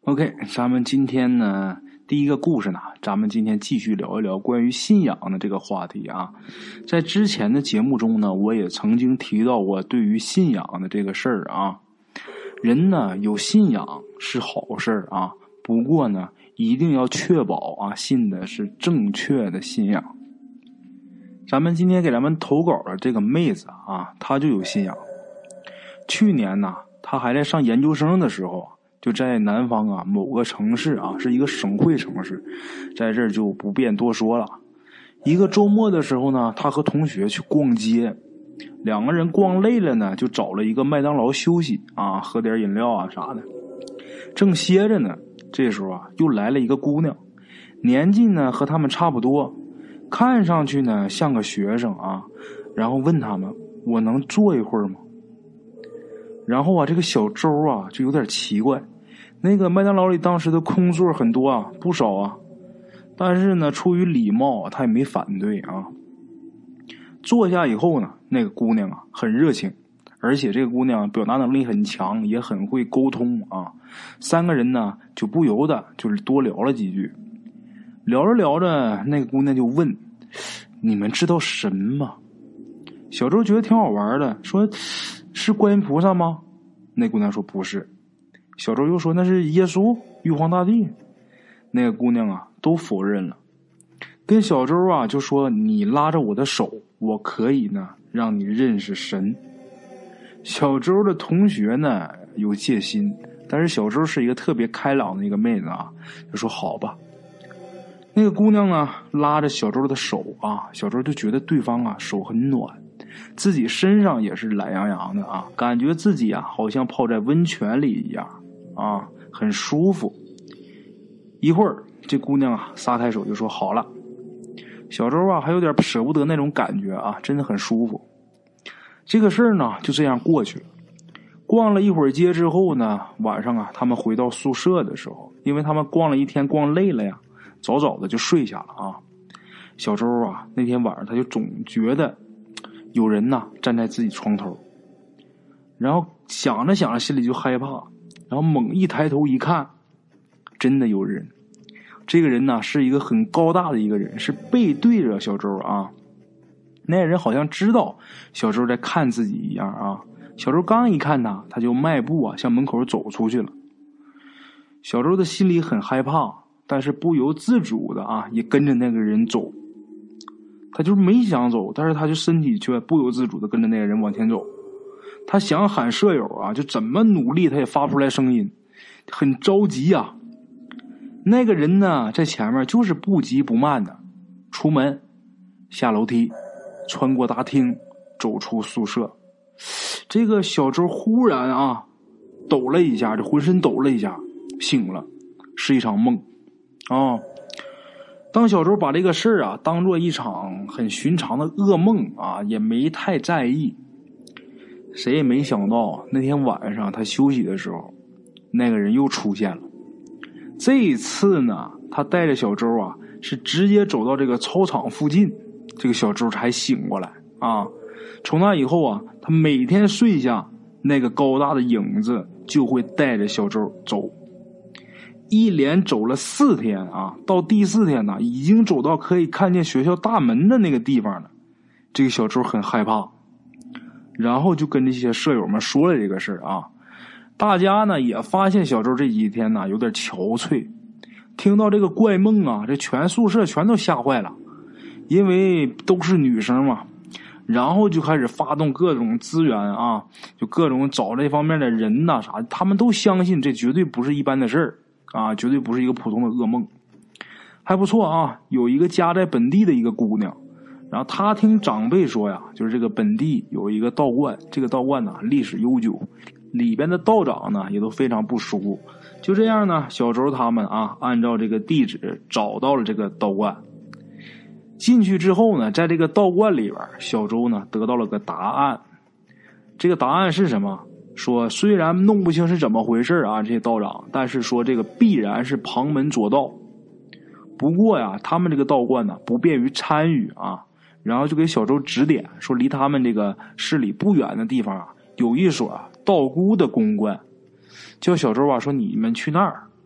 OK， 咱们今天呢，第一个故事呢，咱们今天继续聊一聊关于信仰的这个话题啊。在之前的节目中呢，我也曾经提到过对于信仰的这个事儿啊。人呢有信仰是好事儿啊，不过呢，一定要确保啊，信的是正确的信仰。咱们今天给咱们投稿的这个妹子啊，她就有信仰。去年呢，她还在上研究生的时候，就在南方啊某个城市啊，是一个省会城市，在这儿就不便多说了。一个周末的时候呢，他和同学去逛街，两个人逛累了呢，就找了一个麦当劳休息啊，喝点饮料啊啥的。正歇着呢，这时候啊，又来了一个姑娘，年纪呢和他们差不多，看上去呢像个学生啊，然后问他们：“我能坐一会儿吗？”然后啊，这个小周啊就有点奇怪，那个麦当劳里当时的空座很多啊，不少啊，但是呢，出于礼貌，他也没反对啊。坐下以后呢，那个姑娘啊很热情，而且这个姑娘表达能力很强，也很会沟通啊。三个人呢就不由得就是多聊了几句，聊着聊着，那个姑娘就问：“你们知道神吗？”小周觉得挺好玩的，说：“是观音菩萨吗？”那姑娘说：“不是。”小周又说：“那是耶稣、玉皇大帝。”那个姑娘啊都否认了，跟小周啊就说：“你拉着我的手，我可以呢让你认识神。”小周的同学呢有戒心，但是小周是一个特别开朗的一个妹子啊，就说好吧。那个姑娘啊拉着小周的手啊，小周就觉得对方啊手很暖，自己身上也是懒洋洋的啊，感觉自己啊好像泡在温泉里一样啊，很舒服。一会儿这姑娘啊撒开手就说好了，小周啊还有点舍不得那种感觉啊，真的很舒服。这个事儿呢就这样过去了。逛了一会儿街之后呢，晚上啊他们回到宿舍的时候，因为他们逛了一天逛累了呀，早早的就睡下了啊。小周啊那天晚上他就总觉得有人呐站在自己床头，然后想着想着心里就害怕，然后猛一抬头一看，真的有人。这个人呢是一个很高大的一个人，是背对着小周啊。那人好像知道小周在看自己一样啊。小周刚一看他就迈步啊向门口走出去了。小周的心里很害怕，但是不由自主的啊也跟着那个人走。他就没想走，但是他就身体却不由自主的跟着那个人往前走。他想喊舍友啊，就怎么努力他也发不出来声音，很着急啊。那个人呢在前面就是不急不慢的出门下楼梯，穿过大厅，走出宿舍。这个小周忽然啊抖了一下，就浑身抖了一下，醒了，是一场梦啊。当小周把这个事儿啊当做一场很寻常的噩梦啊，也没太在意。谁也没想到那天晚上他休息的时候，那个人又出现了。这一次呢，他带着小周啊是直接走到这个操场附近，这个小周才醒过来啊。从那以后啊，他每天睡下，那个高大的影子就会带着小周走。一连走了4天啊，到第4天呢，已经走到可以看见学校大门的那个地方了。这个小周很害怕，然后就跟这些舍友们说了这个事啊。大家呢也发现小周这几天呢有点憔悴，听到这个怪梦啊，这全宿舍全都吓坏了，因为都是女生嘛。然后就开始发动各种资源啊，就各种找这方面的人呐啥的，他们都相信这绝对不是一般的事儿啊，绝对不是一个普通的噩梦。还不错啊，有一个家在本地的一个姑娘，然后她听长辈说呀，就是这个本地有一个道观，这个道观呢历史悠久，里边的道长呢也都非常不熟。就这样呢，小周他们啊按照这个地址找到了这个道观。进去之后呢，在这个道观里边，小周呢得到了个答案。这个答案是什么？说虽然弄不清是怎么回事啊，这些道长，但是说这个必然是旁门左道。不过呀，他们这个道观呢不便于参与啊，然后就给小周指点说，离他们这个市里不远的地方啊，有一所道姑的公观，叫小周啊说你们去那儿。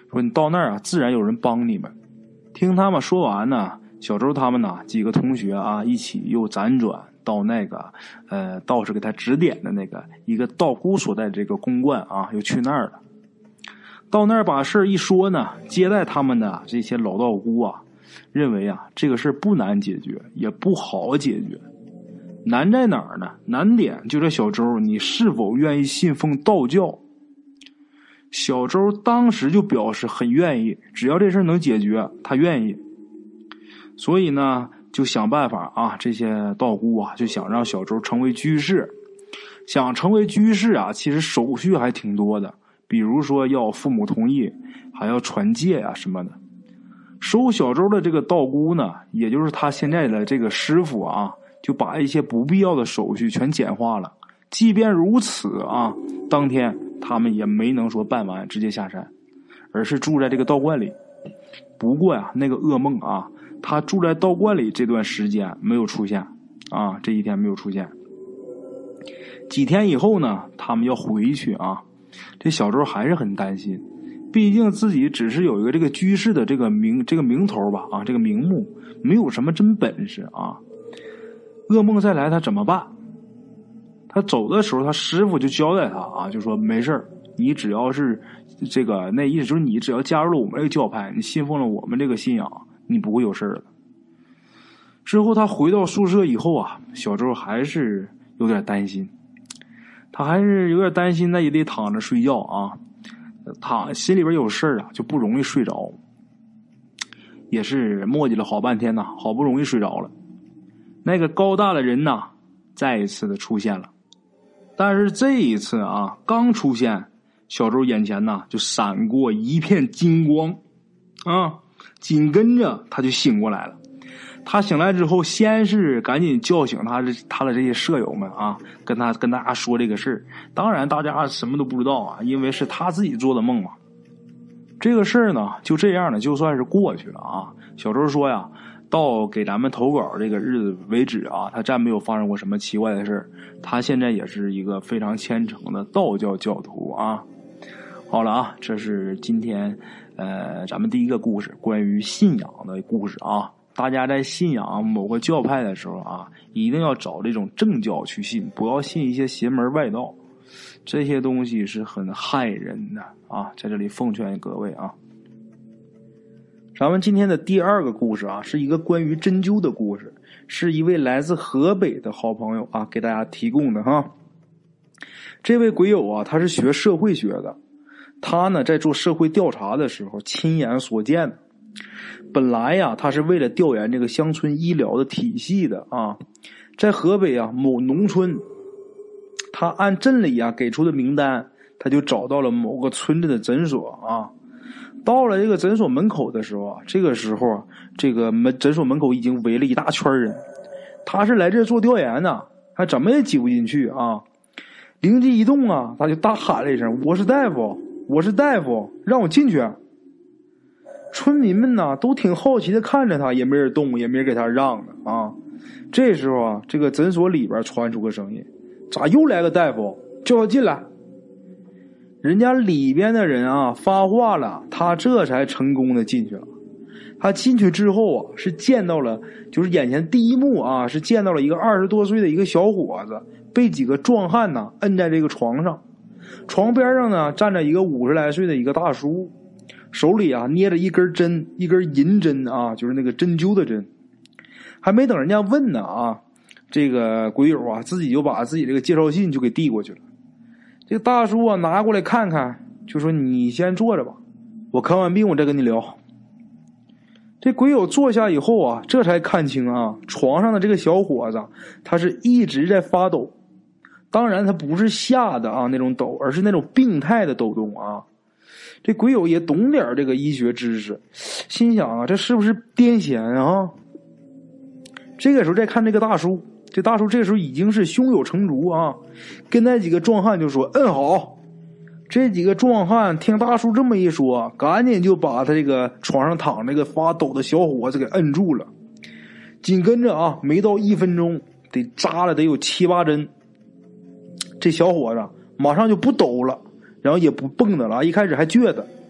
说你到那儿啊，自然有人帮你们。听他们说完呢，小周他们呢几个同学啊，一起又辗转到那个道士给他指点的那个一个道姑所在的这个公馆啊，又去那儿了。到那儿把事儿一说呢，接待他们的这些老道姑啊，认为啊这个事儿不难解决，也不好解决。难在哪儿呢？难点就在小周你是否愿意信奉道教。小周当时就表示很愿意，只要这事儿能解决，他愿意。所以呢，就想办法啊，这些道姑啊，就想让小周成为居士。想成为居士啊，其实手续还挺多的，比如说要父母同意，还要传戒啊什么的。收小周的这个道姑呢，也就是他现在的这个师傅啊，就把一些不必要的手续全简化了。即便如此啊，当天他们也没能说办完直接下山，而是住在这个道观里。不过呀，那个噩梦啊，他住在道观里这段时间没有出现啊，这一天没有出现。几天以后呢，他们要回去啊，这小周还是很担心，毕竟自己只是有一个这个居士的这个名头吧啊，这个名目，没有什么真本事啊。噩梦再来他怎么办？他走的时候他师傅就交代他啊，就说没事儿，你只要是这个那意思就是你只要加入了我们这个教派，你信奉了我们这个信仰，你不会有事儿的。之后他回到宿舍以后啊，小周还是有点担心，他还是有点担心，那也得躺着睡觉啊，他心里边有事儿啊，就不容易睡着，也是磨叽了好半天呐，好不容易睡着了。那个高大的人呐，再一次的出现了，但是这一次啊，刚出现，小周眼前呐就闪过一片金光啊，紧跟着他就醒过来了。他醒来之后，先是赶紧叫醒他的这些舍友们啊，跟大家说这个事儿。当然大家什么都不知道啊，因为是他自己做的梦嘛。这个事儿呢就这样的就算是过去了啊。小周说呀，到给咱们投稿这个日子为止啊，他暂没有发生过什么奇怪的事儿。他现在也是一个非常虔诚的道教教徒啊。好了啊，这是今天咱们第一个故事，关于信仰的故事啊。大家在信仰某个教派的时候啊，一定要找这种正教去信，不要信一些邪门外道，这些东西是很害人的啊。在这里奉劝各位啊。咱们今天的第二个故事啊，是一个关于针灸的故事，是一位来自河北的好朋友啊给大家提供的哈。这位鬼友啊，他是学社会学的，他呢在做社会调查的时候亲眼所见的。本来呀，他是为了调研这个乡村医疗的体系的啊，在河北啊某农村，他按镇里啊给出的名单，他就找到了某个村子的诊所啊。到了这个诊所门口的时候啊，这个时候啊，这个诊所门口已经围了一大圈人，他是来这做调研的，他怎么也挤不进去啊。灵机一动啊，他就大喊了一声：“我是大夫，我是大夫，让我进去。”村民们呢都挺好奇的看着他，也没人动，也没人给他让的啊。这时候啊，这个诊所里边传出个声音：“咋又来个大夫？叫他进来。”人家里边的人啊发话了，他这才成功的进去了。他进去之后啊，是见到了，就是眼前第一幕啊，是见到了一个20多岁的一个小伙子被几个壮汉呢摁在这个床上，床边上呢站着一个50来岁的一个大叔，手里啊捏着一根针，一根银针啊，就是那个针灸的针。还没等人家问呢啊，这个鬼友啊自己就把自己这个介绍信就给递过去了。这个大叔啊拿过来看看，就说：“你先坐着吧，我看完病我再跟你聊。”这鬼友坐下以后啊，这才看清啊，床上的这个小伙子他是一直在发抖。当然他不是吓的啊那种抖，而是那种病态的抖动啊。这鬼友也懂点这个医学知识，心想啊，这是不是癫痫啊？这个时候再看这个大叔，这大叔这个时候已经是胸有成竹啊，跟那几个壮汉就说：“嗯，好。”这几个壮汉听大叔这么一说，赶紧就把他这个床上躺这个发抖的小伙子给摁住了。紧跟着啊，没到1分钟，得扎了得有7、8针。这小伙子马上就不抖了，然后也不蹦的了，一开始还倔的，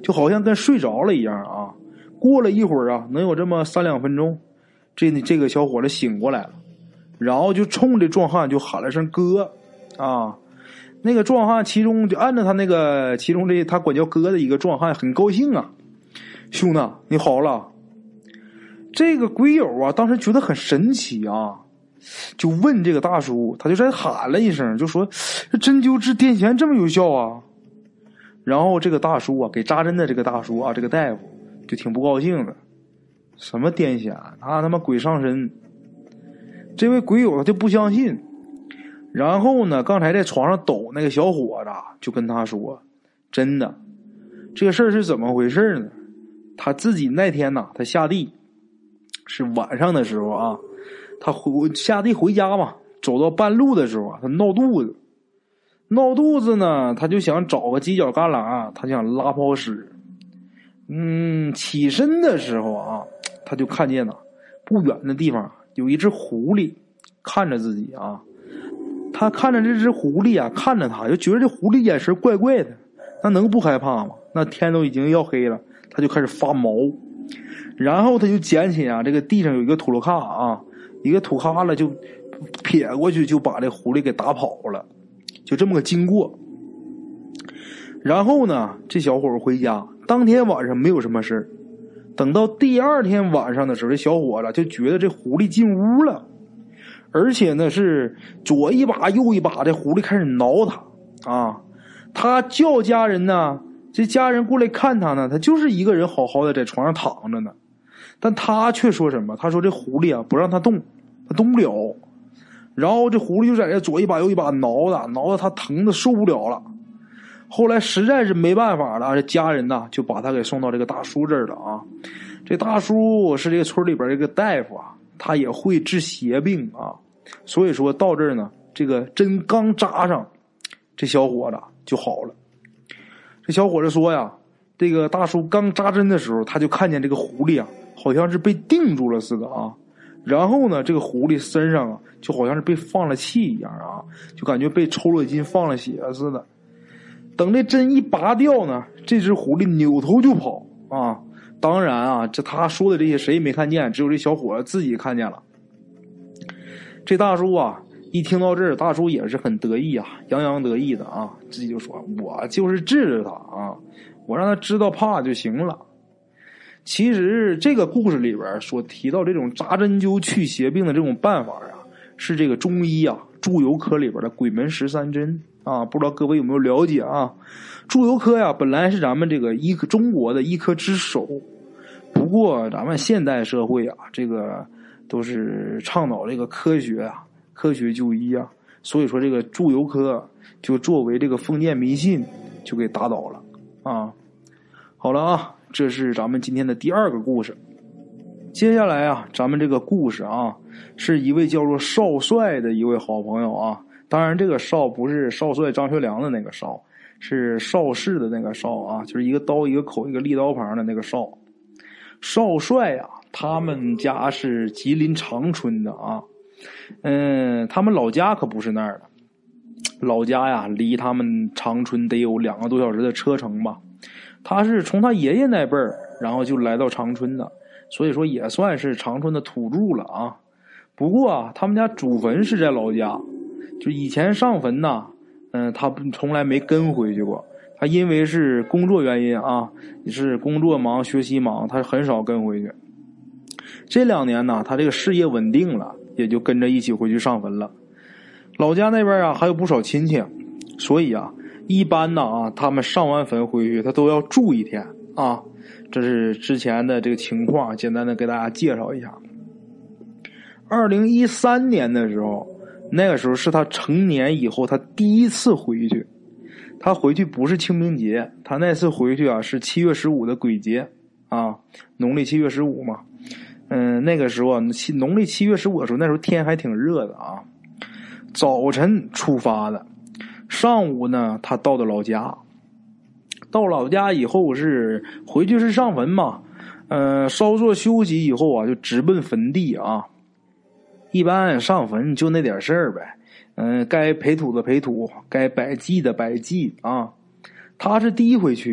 就好像跟睡着了一样啊。过了一会儿啊，能有这么3-2分钟，这个小伙子醒过来了，然后就冲着壮汉就喊了声哥啊。那个壮汉其中就按照他那个其中他管叫哥的一个壮汉很高兴啊，兄弟你好了。这个鬼友啊当时觉得很神奇啊，就问这个大叔，他就在喊了一声，就说这针灸治癫痫这么有效啊。然后这个大叔啊，给扎针的这个大叔啊，这个大夫就挺不高兴的，什么癫痫啊，他妈鬼上身。这位鬼友他就不相信，然后呢刚才在床上抖那个小伙子就跟他说，真的，这个事儿是怎么回事呢？他自己那天呢，他下地是晚上的时候啊，他下地回家嘛，走到半路的时候啊，他闹肚子呢，他就想找个犄角旮旯，他想拉泡屎。起身的时候啊，他就看见了不远的地方有一只狐狸看着自己啊。他看着这只狐狸啊，看着他就觉得这狐狸眼神怪怪的，那能不害怕吗？那天都已经要黑了，他就开始发毛。然后他就捡起啊，这个地上有一个土卡啊，一个土卡了就撇过去，就把这狐狸给打跑了，就这么个经过。然后呢，这小伙回家，当天晚上没有什么事，等到第二天晚上的时候，这小伙子就觉得这狐狸进屋了，而且呢是左一把右一把，这狐狸开始挠他啊。他叫家人呢，这家人过来看他呢，他就是一个人好好的在床上躺着呢，但他却说什么？他说这狐狸啊不让他动，他动不了。然后这狐狸就在这左一把右一把挠的他疼的受不了了。后来实在是没办法了，这家人呢就把他给送到这个大叔这儿了啊。这大叔是这个村里边这个大夫啊，他也会治邪病啊，所以说到这儿呢，这个针刚扎上，这小伙子就好了。这小伙子说呀，这个大叔刚扎针的时候，他就看见这个狐狸啊，好像是被定住了似的啊。然后呢，这个狐狸身上啊，就好像是被放了气一样啊，就感觉被抽了筋放了血似的。等这针一拔掉呢，这只狐狸扭头就跑啊。当然啊，这他说的这些谁也没看见，只有这小伙子自己看见了。这大叔啊，一听到这儿，大叔也是很得意啊，洋洋得意的啊，自己就说我就是治着他啊，我让他知道怕就行了。其实这个故事里边所提到这种扎针灸去邪病的这种办法啊，是这个中医啊祝由科里边的鬼门13针啊，不知道各位有没有了解啊？祝由科呀，本来是咱们这个中国的医科之首，不过咱们现代社会啊，这个都是倡导这个科学啊，科学就医啊，所以说这个祝由科就作为这个封建迷信就给打倒了啊。好了啊，这是咱们今天的第二个故事。接下来啊，咱们这个故事啊，是一位叫做少帅的一位好朋友啊。当然这个少不是少帅张学良的那个少，是邵氏的那个少啊，就是一个刀一个口一个立刀旁的那个少。少帅啊，他们家是吉林长春的啊。他们老家可不是那儿的，老家呀离他们长春得有2个多小时的车程吧。他是从他爷爷那辈儿，然后就来到长春的，所以说也算是长春的土著了啊。不过啊，他们家祖坟是在老家，就以前上坟呐，他从来没跟回去过。他因为是工作原因啊，也是工作忙学习忙，他很少跟回去。这2年呢，他这个事业稳定了，也就跟着一起回去上坟了。老家那边啊还有不少亲戚，所以啊一般呢啊，他们上完坟回去他都要住1天啊。这是之前的这个情况，简单的给大家介绍一下。2013年的时候，那个时候是他成年以后他第一次回去。他回去不是清明节，他那次回去啊是7月15的鬼节啊，农历7月15嘛。那个时候农历7月15的时候，那时候天还挺热的啊。早晨出发的，上午呢他到的老家。到老家以后是回去是上坟嘛，稍作休息以后啊，就直奔坟地啊。一般上坟就那点事儿呗，该培土的培土，该摆祭的摆祭啊。他是第一回去，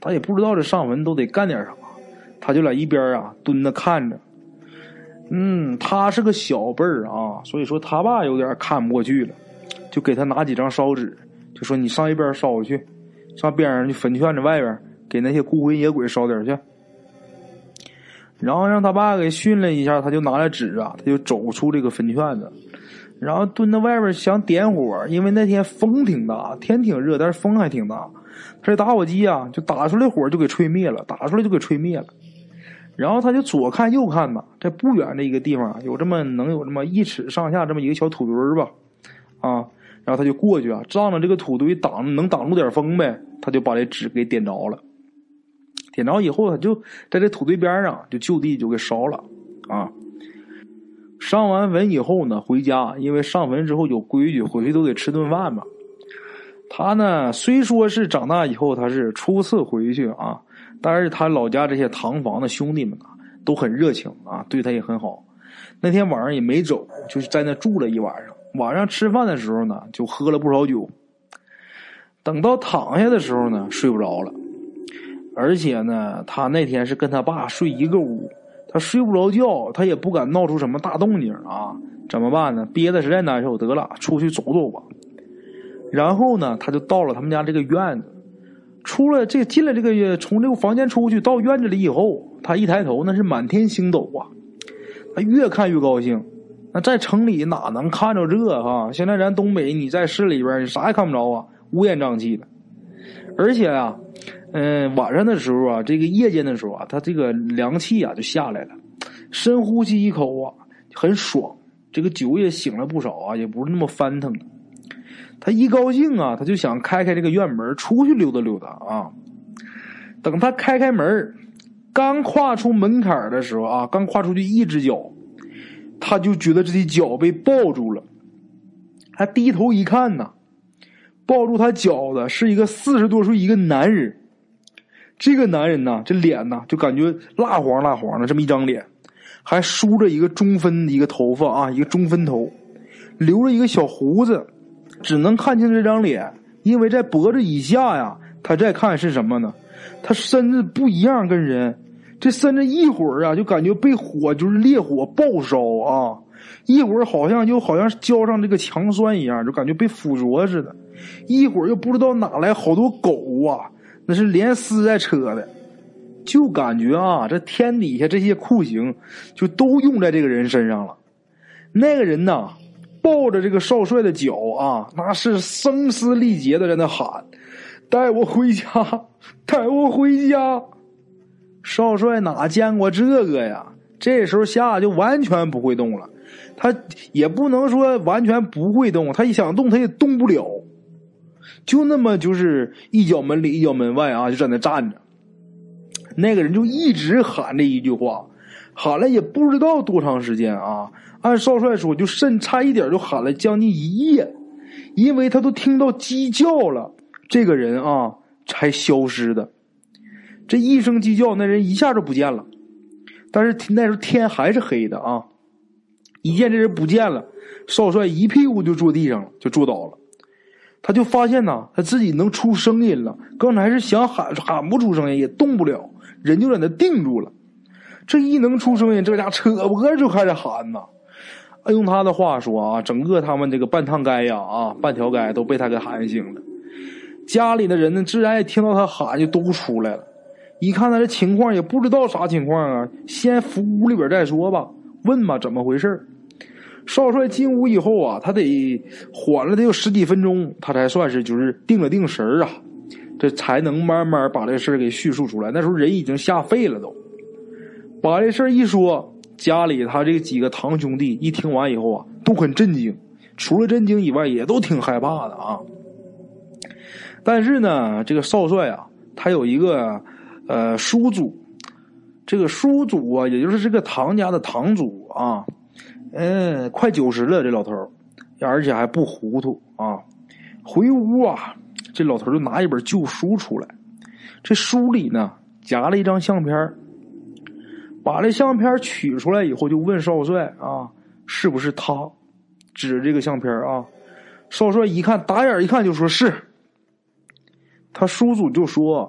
他也不知道这上坟都得干点啥，他就在一边啊蹲着看着。他是个小辈儿啊，所以说他爸有点看不过去了，就给他拿几张烧纸，就说你上一边烧去，上边上去坟圈子外边给那些孤魂野鬼烧点去。然后让他爸给训了一下，他就拿来纸啊，他就走出这个坟圈子，然后蹲在外边想点火，因为那天风挺大，天挺热，但是风还挺大，他这打火机啊就打出来火就给吹灭了，打出来就给吹灭了。然后他就左看右看吧，在不远的一个地方有这么1尺上下这么一个小土堆吧，然后他就过去啊，仗着这个土堆能挡住点风呗，他就把这纸给点着了。点着以后，他就在这土堆边上就地就给烧了啊。上完坟以后呢，回家，因为上坟之后有规矩，回去都得吃顿饭嘛。他呢虽说是长大以后他是初次回去啊，但是他老家这些堂房的兄弟们啊都很热情啊，对他也很好。那天晚上也没走，就是在那住了一晚上。晚上吃饭的时候呢，就喝了不少酒。等到躺下的时候呢，睡不着了。而且呢，他那天是跟他爸睡一个屋，他睡不着觉，他也不敢闹出什么大动静啊，怎么办呢？憋得实在难受，得了，出去走走吧。然后呢，他就到了他们家这个院子，进了这个从这个房间出去到院子里以后，他一抬头那是满天星斗啊，他越看越高兴。那在城里哪能看着这啊？现在咱东北，你在市里边你啥也看不着啊，乌烟瘴气的。而且啊晚上的时候啊，这个夜间的时候啊，他这个凉气啊就下来了，深呼吸一口啊很爽，这个酒也醒了不少啊，也不是那么翻腾的。他一高兴啊，他就想开这个院门出去溜达溜达啊。等他开门，刚跨出门槛的时候啊，刚跨出去一只脚，他就觉得自己脚被抱住了。他低头一看呢，抱住他脚的是一个40多岁一个男人。这个男人呢，这脸呢就感觉蜡黄的这么一张脸，还梳着一个中分的一个头发啊，一个中分头，留着一个小胡子，只能看清这张脸，因为在脖子以下呀，他再看是什么呢？他身子不一样，跟人这身子一会儿啊就感觉被火就是烈火爆烧啊，一会儿好像浇上这个强酸一样，就感觉被腐灼似的，一会儿又不知道哪来好多狗啊，那是连丝在扯的，就感觉啊这天底下这些酷刑就都用在这个人身上了。那个人呢抱着这个少帅的脚啊，那是声嘶力竭的在那喊，带我回家，带我回家。少帅哪见过这个呀，这时候吓就完全不会动了，他也不能说完全不会动，他一想动他也动不了，就那么就是一脚门里一脚门外啊，就在那站着。那个人就一直喊这一句话，喊了也不知道多长时间啊，按少帅说就差一点就喊了将近1夜，因为他都听到鸡叫了，这个人啊才消失的。这一声鸡叫，那人一下就不见了，但是那时候天还是黑的啊。一见这人不见了，少帅一屁股就坐地上了，就坐倒了。他就发现呢，他自己能出声音了，刚才是想喊不出声音，也动不了，人就在那定住了。这一能出声音，这家扯脖就开始喊呐。用他的话说啊，整个他们这个半趟街呀半条街都被他给喊醒了。家里的人呢，自然也听到他喊，就都出来了。一看他这情况，也不知道啥情况啊，先扶屋里边再说吧，问吧怎么回事。少帅进屋以后啊，他得缓了得有10几分钟，他才算是就是定了定神啊，这才能慢慢把这事给叙述出来。那时候人已经吓废了都。把这事一说，家里他这几个堂兄弟一听完以后啊，都很震惊，除了震惊以外也都挺害怕的啊。但是呢，这个少帅啊，他有一个叔祖，这个叔祖啊，也就是这个堂家的堂主啊，快90了，这老头，而且还不糊涂啊。回屋啊，这老头就拿一本旧书出来，这书里呢夹了一张相片，把这相片取出来以后，就问少帅啊，是不是他？指这个相片啊，少帅一看，打眼一看就说是。他叔祖就说，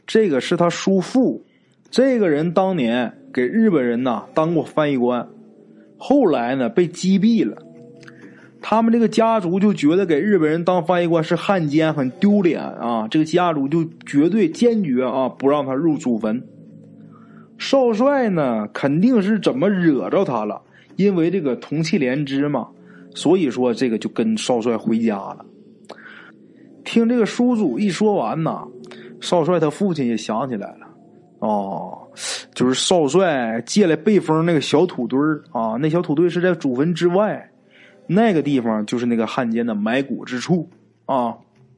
这个是他叔父，这个人当年给日本人呐当过翻译官，后来呢被击毙了。他们这个家族就觉得给日本人当翻译官是汉奸，很丢脸啊！这个家族就绝对坚决啊，不让他入祖坟。少帅呢，肯定是怎么惹着他了，因为这个同气连枝嘛，所以说这个就跟少帅回家了。听这个叔祖一说完呢，少帅他父亲也想起来了，哦，就是少帅借来背风那个小土堆啊，那小土堆是在祖坟之外。那个地方就是那个汉奸的埋骨之处啊。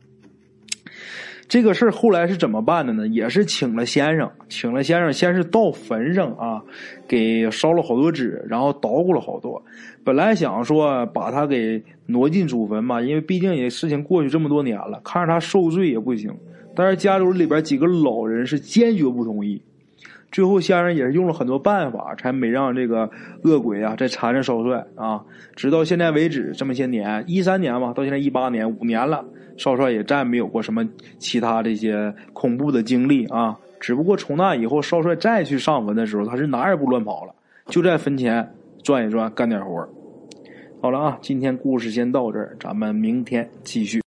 这个事儿后来是怎么办的呢？也是请了先生，先是到坟上啊，给烧了好多纸，然后捣鼓了好多。本来想说把他给挪进祖坟嘛，因为毕竟也事情过去这么多年了，看着他受罪也不行。但是家族里边几个老人是坚决不同意。最后先生也是用了很多办法，才没让这个恶鬼啊再缠着少帅啊。直到现在为止，这么些年，13年嘛，到现在18年，5年了，少帅也再没有过什么其他这些恐怖的经历啊。只不过从那以后，少帅再去上坟的时候，他是哪儿也不乱跑了，就在坟前转一转，干点活。好了啊，今天故事先到这儿，咱们明天继续。